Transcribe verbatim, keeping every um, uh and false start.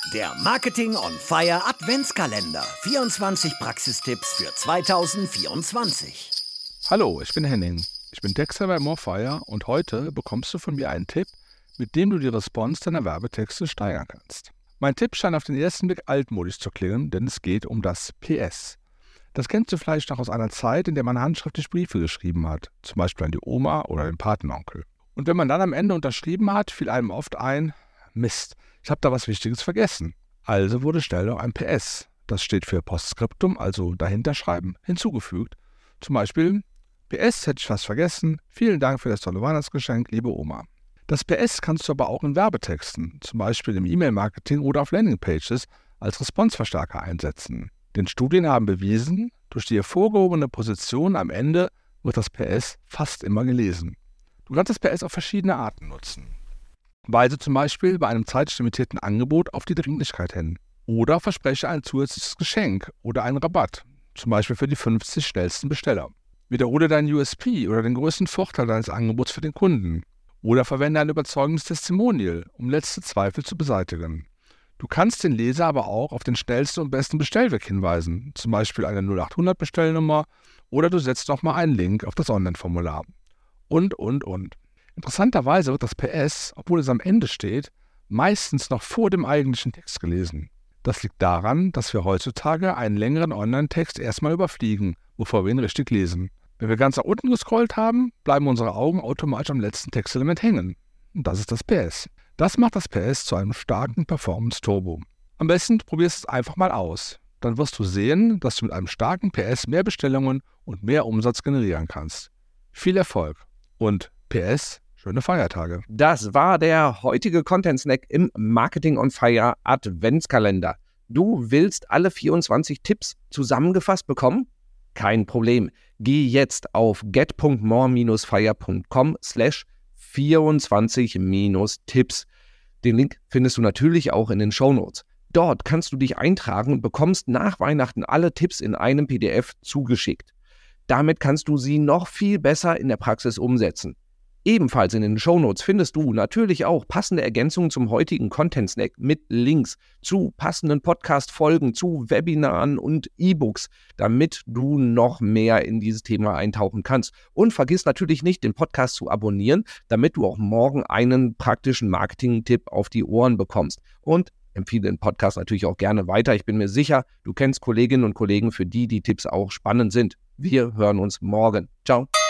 Der Marketing on Fire Adventskalender. vierundzwanzig Praxistipps für zweitausendvierundzwanzig. Hallo, ich bin Henning. Ich bin Texter bei Morfire und heute bekommst du von mir einen Tipp, mit dem du die Response deiner Werbetexte steigern kannst. Mein Tipp scheint auf den ersten Blick altmodisch zu klingen, denn es geht um das P S. Das kennst du vielleicht noch aus einer Zeit, in der man handschriftlich Briefe geschrieben hat, zum Beispiel an die Oma oder den Patenonkel. Und wenn man dann am Ende unterschrieben hat, fiel einem oft ein, Mist, ich habe da was Wichtiges vergessen. Also wurde schnell noch ein P S, das steht für Postskriptum, also dahinter schreiben, hinzugefügt. Zum Beispiel, P S hätte ich fast vergessen, vielen Dank für das tolle Weihnachtsgeschenk, liebe Oma. Das P S kannst du aber auch in Werbetexten, zum Beispiel im E-Mail-Marketing oder auf Landingpages, als Responseverstärker einsetzen. Denn Studien haben bewiesen, durch die hervorgehobene Position am Ende wird das P S fast immer gelesen. Du kannst das P S auf verschiedene Arten nutzen. Weise zum Beispiel bei einem zeitlimitierten Angebot auf die Dringlichkeit hin. Oder verspreche ein zusätzliches Geschenk oder einen Rabatt, zum Beispiel für die fünfzig schnellsten Besteller. Wiederhole deinen U S P oder den größten Vorteil deines Angebots für den Kunden. Oder verwende ein überzeugendes Testimonial, um letzte Zweifel zu beseitigen. Du kannst den Leser aber auch auf den schnellsten und besten Bestellweg hinweisen, zum Beispiel eine null acht hundert Bestellnummer, oder du setzt nochmal einen Link auf das Online-Formular. Und, und, und. Interessanterweise wird das P S, obwohl es am Ende steht, meistens noch vor dem eigentlichen Text gelesen. Das liegt daran, dass wir heutzutage einen längeren Online-Text erstmal überfliegen, bevor wir ihn richtig lesen. Wenn wir ganz nach unten gescrollt haben, bleiben unsere Augen automatisch am letzten Textelement hängen. Und das ist das P S. Das macht das P S zu einem starken Performance-Turbo. Am besten probierst du es einfach mal aus. Dann wirst du sehen, dass du mit einem starken P S mehr Bestellungen und mehr Umsatz generieren kannst. Viel Erfolg und P S, schöne Feiertage. Das war der heutige Content-Snack im Marketing on Fire Adventskalender. Du willst alle vierundzwanzig Tipps zusammengefasst bekommen? Kein Problem. Geh jetzt auf get.more-fire.com slash 24-Tipps. Den Link findest du natürlich auch in den Shownotes. Dort kannst du dich eintragen und bekommst nach Weihnachten alle Tipps in einem P D F zugeschickt. Damit kannst du sie noch viel besser in der Praxis umsetzen. Ebenfalls in den Shownotes findest du natürlich auch passende Ergänzungen zum heutigen Content-Snack mit Links zu passenden Podcast-Folgen, zu Webinaren und E-Books, damit du noch mehr in dieses Thema eintauchen kannst. Und vergiss natürlich nicht, den Podcast zu abonnieren, damit du auch morgen einen praktischen Marketing-Tipp auf die Ohren bekommst. Und empfehle den Podcast natürlich auch gerne weiter. Ich bin mir sicher, du kennst Kolleginnen und Kollegen, für die die Tipps auch spannend sind. Wir hören uns morgen. Ciao.